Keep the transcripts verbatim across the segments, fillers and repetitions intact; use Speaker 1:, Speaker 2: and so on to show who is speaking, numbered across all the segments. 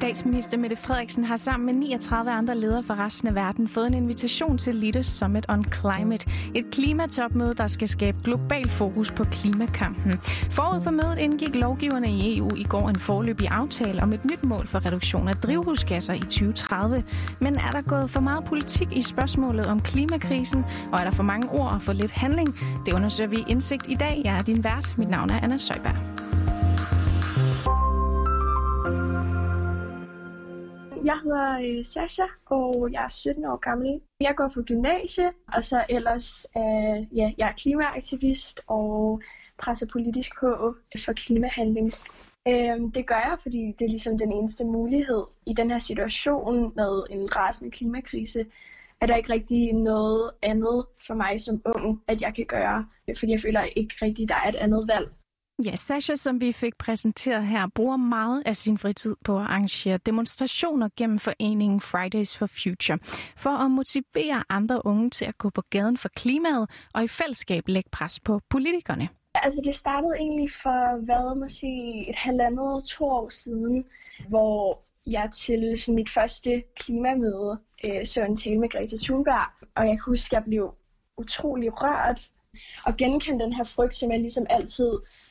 Speaker 1: Statsminister Mette Frederiksen har sammen med niogtredive andre ledere fra resten af verden fået en invitation til Leaders Summit on Climate. Et klimatopmøde, der skal skabe global fokus på klimakampen. Forud for mødet indgik lovgiverne i E U i går en foreløbig aftale om et nyt mål for reduktion af drivhusgasser i tyve tredive. Men er der gået for meget politik i spørgsmålet om klimakrisen, og er der for mange ord og for lidt handling? Det undersøger vi i Indsigt i dag. Jeg er din vært. Mit navn er Anna Søjberg.
Speaker 2: Jeg hedder øh, Sasha, og jeg er sytten år gammel. Jeg går på gymnasie, og så ellers øh, ja, jeg er klimaaktivist og presser politisk på for klimahandling. Øh, det gør jeg, fordi det er ligesom den eneste mulighed i den her situation med en rasende klimakrise. Er der ikke rigtig noget andet for mig som ung, at jeg kan gøre, fordi jeg føler ikke rigtig, der er et andet valg.
Speaker 1: Ja, Sasha, som vi fik præsenteret her, bruger meget af sin fritid på at arrangere demonstrationer gennem foreningen Fridays for Future, for at motivere andre unge til at gå på gaden for klimaet og i fællesskab lægge pres på politikerne.
Speaker 2: Altså det startede egentlig for, hvad måske et halvandet, to år siden, hvor jeg til sådan mit første klimamøde øh, så en tale med Greta Thunberg, og jeg kan huske, at jeg blev utrolig rørt og genkendte den her frygt, som jeg ligesom altid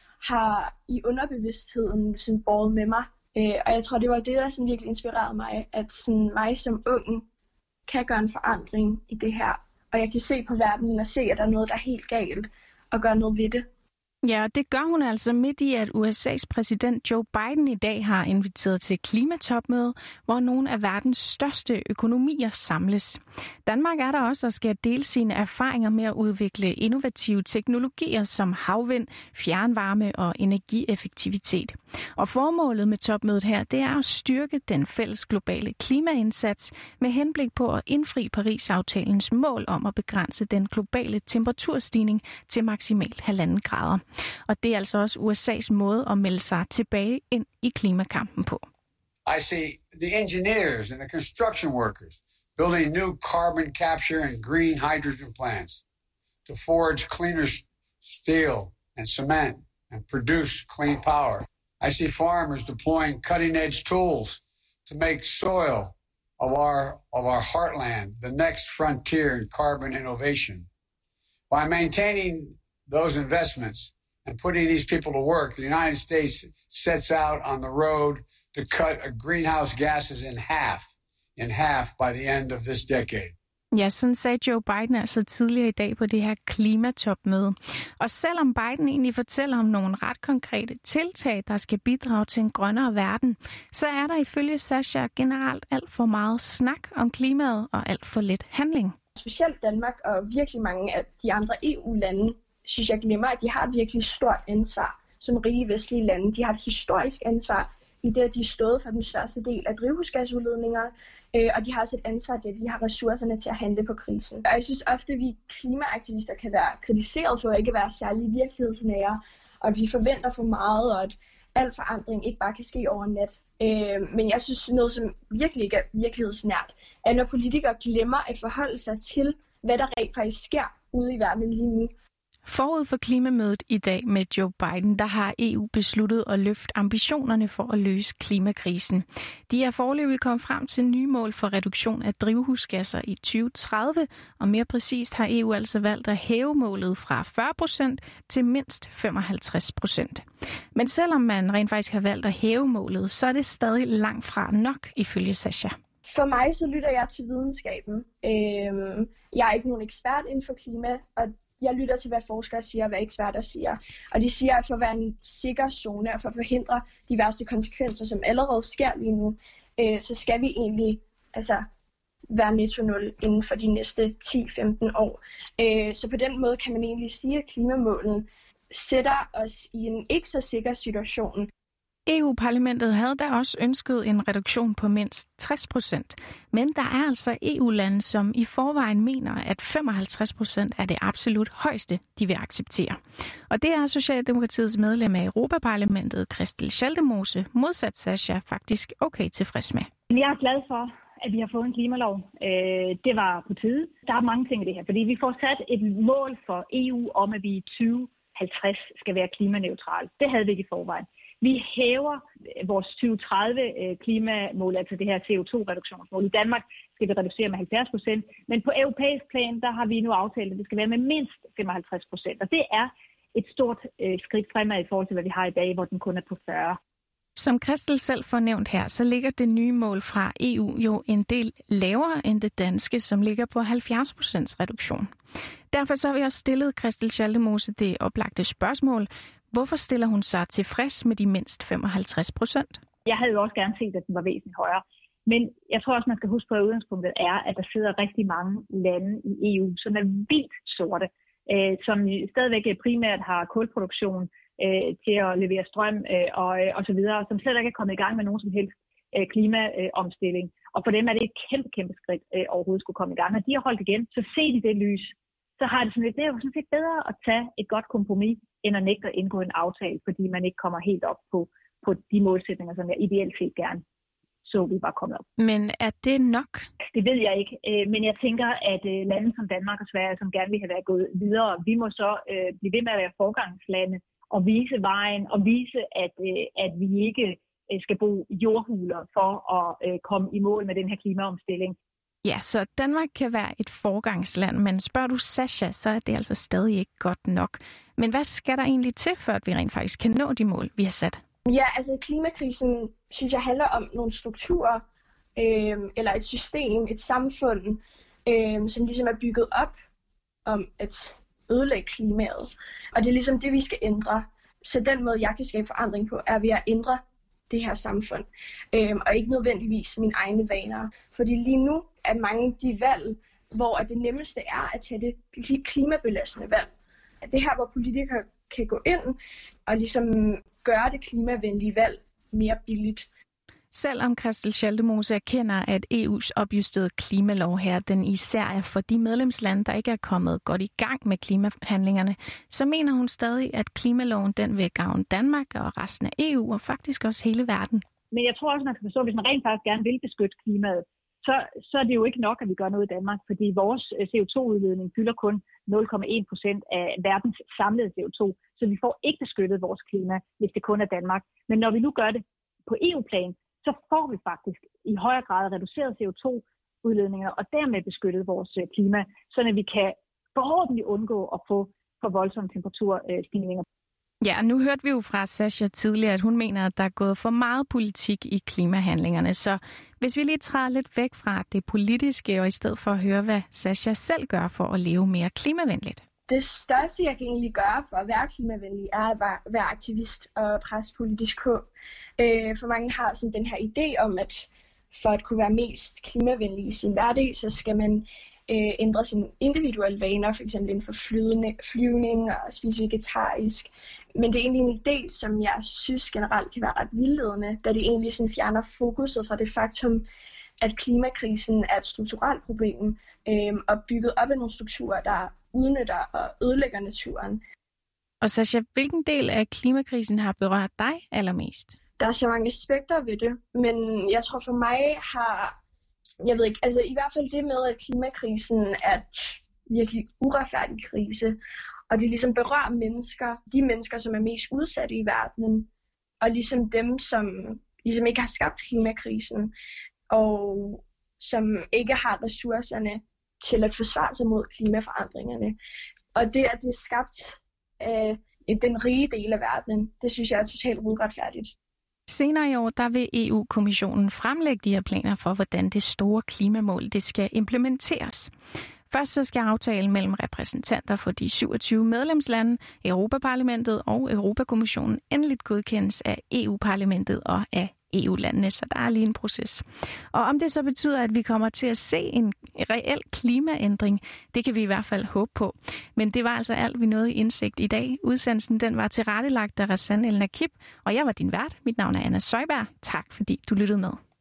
Speaker 2: har i underbevidstheden sådan båret med mig. Øh, og jeg tror, det var det, der sådan virkelig inspirerede mig, at sådan mig som ung kan gøre en forandring i det her. Og jeg kan se på verden og se, at der er noget, der er helt galt, og gøre noget ved det.
Speaker 1: Ja, det gør hun altså midt i, at U S A's præsident Joe Biden i dag har inviteret til klimatopmøde, hvor nogle af verdens største økonomier samles. Danmark er der også og skal dele sine erfaringer med at udvikle innovative teknologier som havvind, fjernvarme og energieffektivitet. Og formålet med topmødet her, det er at styrke den fælles globale klimaindsats med henblik på at indfri Paris-aftalens mål om at begrænse den globale temperaturstigning til maksimalt halvanden grader. Og det er altså også U S A's måde at melde sig tilbage ind i klimakampen på.
Speaker 3: I see the engineers and the construction workers building new carbon capture and green hydrogen plants to forge cleaner steel and cement and produce clean power. I see farmers deploying cutting-edge tools to make soil of our of our heartland the next frontier in carbon innovation. By maintaining those investments and putting these people to work, the United States sets out on the road to cut greenhouse gases in half, in half by the end of this decade.
Speaker 1: Ja, sådan sagde Joe Biden altså tidligere i dag på det her klimatopmøde. Og selvom Biden egentlig fortæller om nogle ret konkrete tiltag, der skal bidrage til en grønnere verden, så er der ifølge Sasha generelt alt for meget snak om klimaet og alt for lidt handling.
Speaker 2: Specielt Danmark og virkelig mange af de andre E U-lande, synes jeg glemmer, at de har et virkelig stort ansvar som rige vestlige lande. De har et historisk ansvar i det, at de stået for den største del af drivhusgasudledninger, øh, og de har også et ansvar i, at de har ressourcerne til at handle på krisen. Og jeg synes ofte, at vi klimaaktivister kan være kritiseret for at ikke være særlig virkelighedsnære, og at vi forventer for meget, og at al forandring ikke bare kan ske over nat. Øh, men jeg synes noget, som virkelig ikke er virkelighedsnært, er når politikere glemmer at forholde sig til, hvad der rent faktisk sker ude i verden lige nu.
Speaker 1: Forud for klimamødet i dag med Joe Biden, der har E U besluttet at løfte ambitionerne for at løse klimakrisen. De er foreløbig kommet frem til nye mål for reduktion af drivhusgasser i tyve tredive, og mere præcist har E U altså valgt at hæve målet fra fyrre procent til mindst femoghalvtreds procent. Men selvom man rent faktisk har valgt at hæve målet, så er det stadig langt fra nok, ifølge Sasha.
Speaker 2: For mig så lytter jeg til videnskaben. Øhm, jeg er ikke nogen ekspert inden for klima, og jeg lytter til, hvad forskere siger og hvad eksperter siger. Og de siger, at for at være en sikker zone og for at forhindre de værste konsekvenser, som allerede sker lige nu, øh, så skal vi egentlig altså, være netto nul inden for de næste ti til femten år. Øh, så på den måde kan man egentlig sige, at klimamålen sætter os i en ikke så sikker situation.
Speaker 1: E U-parlamentet havde da også ønsket en reduktion på mindst tres procent. Men der er altså E U-lande, som i forvejen mener, at femoghalvtreds procent er det absolut højeste, de vil acceptere. Og det er Socialdemokratiets medlem af Europaparlamentet, Christel Schaldemose, modsat Sasha, faktisk okay tilfreds med.
Speaker 4: Jeg er glad for, at vi har fået en klimalov. Det var på tide. Der er mange ting i det her, fordi vi får sat et mål for E U om, at vi i tyve halvtreds skal være klimaneutrale. Det havde vi ikke i forvejen. Vi hæver vores tyve tredive klimamål, altså det her C O to reduktionsmål. I Danmark skal vi reducere med halvfjerds procent, men på europæisk plan, der har vi nu aftalt, at det skal være med mindst femoghalvtreds procent. Og det er et stort øh, skridt fremad i forhold til, hvad vi har i dag, hvor den kun er på fyrre.
Speaker 1: Som Christel selv får nævnt her, så ligger det nye mål fra E U jo en del lavere end det danske, som ligger på halvfjerds procent reduktion. Derfor så har vi også stillet Christel Schaldemose det oplagte spørgsmål. Hvorfor stiller hun sig tilfreds med de mindst femoghalvtreds procent?
Speaker 4: Jeg havde jo også gerne set, at den var væsentligt højere. Men jeg tror også, man skal huske på, at udgangspunktet er, at der sidder rigtig mange lande i E U, som er vildt sorte, øh, som stadigvæk primært har kulproduktion øh, til at levere strøm øh, og, øh, og så videre, som slet ikke er kommet i gang med nogen som helst øh, klimaomstilling. Øh, og for dem er det et kæmpe, kæmpe skridt øh, overhovedet skulle komme i gang. Når de har holdt igen, så set i det lys, så har det sådan lidt, det er jo sådan set bedre at tage et godt kompromis, end at nægte at indgå en aftale, fordi man ikke kommer helt op på, på de målsætninger, som jeg ideelt set gerne så vi bare komme op.
Speaker 1: Men er det nok?
Speaker 4: Det ved jeg ikke, men jeg tænker, at lande som Danmark og Sverige, som gerne vil have været gået videre, vi må så øh, blive ved med at være forgangslande og vise vejen og vise, at, øh, at vi ikke skal bo jordhuler for at øh, komme i mål med den her klimaomstilling.
Speaker 1: Ja, så Danmark kan være et forgangsland, men spørger du Sasha, så er det altså stadig ikke godt nok. Men hvad skal der egentlig til, før at vi rent faktisk kan nå de mål, vi har sat?
Speaker 2: Ja, altså klimakrisen, synes jeg, handler om nogle strukturer, øh, eller et system, et samfund, øh, som ligesom er bygget op om at ødelægge klimaet. Og det er ligesom det, vi skal ændre. Så den måde, jeg kan skabe forandring på, er ved at ændre det her samfund, øh, og ikke nødvendigvis mine egne vaner. Fordi lige nu er mange de valg, hvor det nemmeste er at tage det klimabelastende valg. Det her, hvor politikere kan gå ind og ligesom gøre det klimavenlige valg mere billigt.
Speaker 1: Selvom Christel Schaldemose erkender, at E U's opjusterede klimalov her, den især er for de medlemslande, der ikke er kommet godt i gang med klimahandlingerne, så mener hun stadig, at klimaloven den vil gavne Danmark og resten af E U og faktisk også hele verden.
Speaker 4: Men jeg tror også, man skal forstå, at hvis man rent faktisk gerne vil beskytte klimaet, så, så er det jo ikke nok, at vi gør noget i Danmark, fordi vores C O to udledning fylder kun nul komma en procent af verdens samlede C O to, så vi får ikke beskyttet vores klima, hvis det kun er Danmark. Men når vi nu gør det på E U-plan, så får vi faktisk i højere grad reduceret C O to udledninger og dermed beskyttet vores klima, så vi kan forhåbentlig undgå at få for voldsomme temperaturstigninger.
Speaker 1: Ja, nu hørte vi jo fra Sasha tidligere, at hun mener, at der er gået for meget politik i klimahandlingerne. Så hvis vi lige træder lidt væk fra det politiske, og i stedet for at høre, hvad Sasha selv gør for at leve mere klimavenligt.
Speaker 2: Det største, jeg kan egentlig gøre for at være klimavenlig, er at være aktivist og presse politisk på. For mange har sådan den her idé om, at for at kunne være mest klimavenlig i sin hverdag, så skal man øh, ændre sine individuelle vaner, f.eks. inden for flydende, flyvning og spise vegetarisk. Men det er egentlig en idé, som jeg synes generelt kan være ret vildledende, da det egentlig sådan fjerner fokuset fra det faktum, at klimakrisen er et strukturelt problem øh, og bygget op af nogle strukturer, der udnytter og ødelægger naturen.
Speaker 1: Og Sasha, hvilken del af klimakrisen har berørt dig allermest?
Speaker 2: Der er så mange aspekter ved det, men jeg tror for mig har, jeg ved ikke, altså i hvert fald det med, at klimakrisen er et virkelig uretfærdig krise, og det ligesom berører mennesker, de mennesker, som er mest udsatte i verden, og ligesom dem, som ligesom ikke har skabt klimakrisen, og som ikke har ressourcerne til at forsvare sig mod klimaforandringerne. Og det, at det er skabt af den rige del af verden, det synes jeg er totalt uretfærdigt.
Speaker 1: Senere i år, der vil E U-kommissionen fremlægge de her planer for, hvordan det store klimamål det skal implementeres. Først så skal aftalen mellem repræsentanter for de syvogtyve medlemslande, Europaparlamentet og Europakommissionen endeligt godkendes af E U-parlamentet og af E U-landene, så der er lige en proces. Og om det så betyder, at vi kommer til at se en reel klimaændring, det kan vi i hvert fald håbe på. Men det var altså alt, vi nåede i Indsigt i dag. Udsendelsen den var tilrettelagt af Rassan El Nakib, og jeg var din vært. Mit navn er Anna Søjberg. Tak fordi du lyttede med.